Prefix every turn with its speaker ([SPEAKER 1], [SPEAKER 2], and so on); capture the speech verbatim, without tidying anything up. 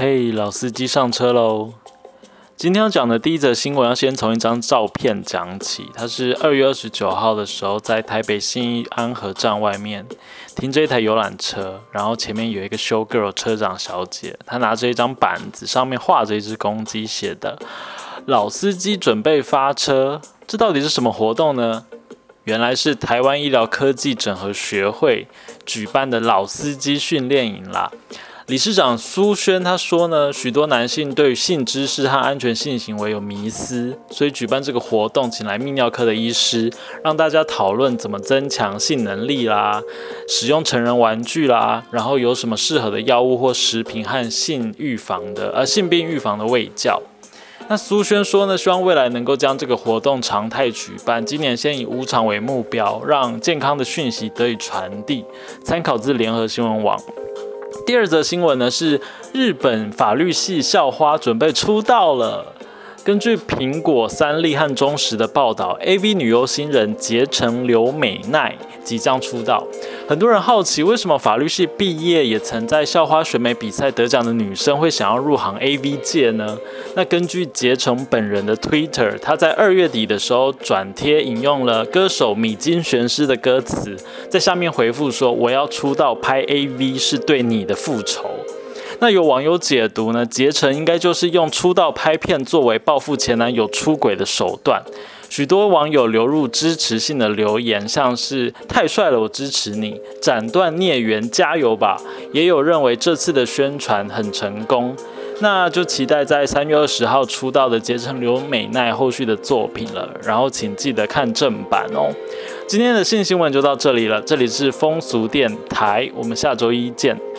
[SPEAKER 1] 嘿，老司机上车喽！今天要讲的第一则新闻，要先从一张照片讲起。它是二月二十九号的时候，在台北信义安和站外面停着一台游览车，然后前面有一个 show girl 车长小姐，她拿着一张板子，上面画着一只公鸡，写的“老司机准备发车”。这到底是什么活动呢？原来是台湾医疗科技整合学会举办的老司机训练营啦。理事长苏轩他说呢，许多男性对于性知识和安全性行为有迷思，所以举办这个活动，请来泌尿科的医师，让大家讨论怎么增强性能力啦，使用成人玩具啦，然后有什么适合的药物或食品和性预防的呃性病预防的卫教。那苏轩说呢，希望未来能够将这个活动常态举办，今年先以五场为目标，让健康的讯息得以传递。参考自联合新闻网。第二则新闻呢是日本法律系校花准备出道了。根据苹果、三立和中时的报道 ，A V 女优新人结城流美奈即将出道。很多人好奇，为什么法律系毕业也曾在校花选美比赛得奖的女生会想要入行 A V 界呢？那根据结城本人的 Twitter， 她在二月底的时候转贴引用了歌手米津玄师的歌词，在下面回复说：“我要出道拍 A V 是对你的复仇。”那有网友解读呢，结城应该就是用出道拍片作为报复前男友出轨的手段。许多网友流入支持性的留言，像是太帅了，我支持你，斩断孽缘，加油吧。也有认为这次的宣传很成功，那就期待在三月二十号出道的结城流美奈后续的作品了。然后请记得看正版哦。今天的性新闻就到这里了，这里是风俗电台，我们下周一见。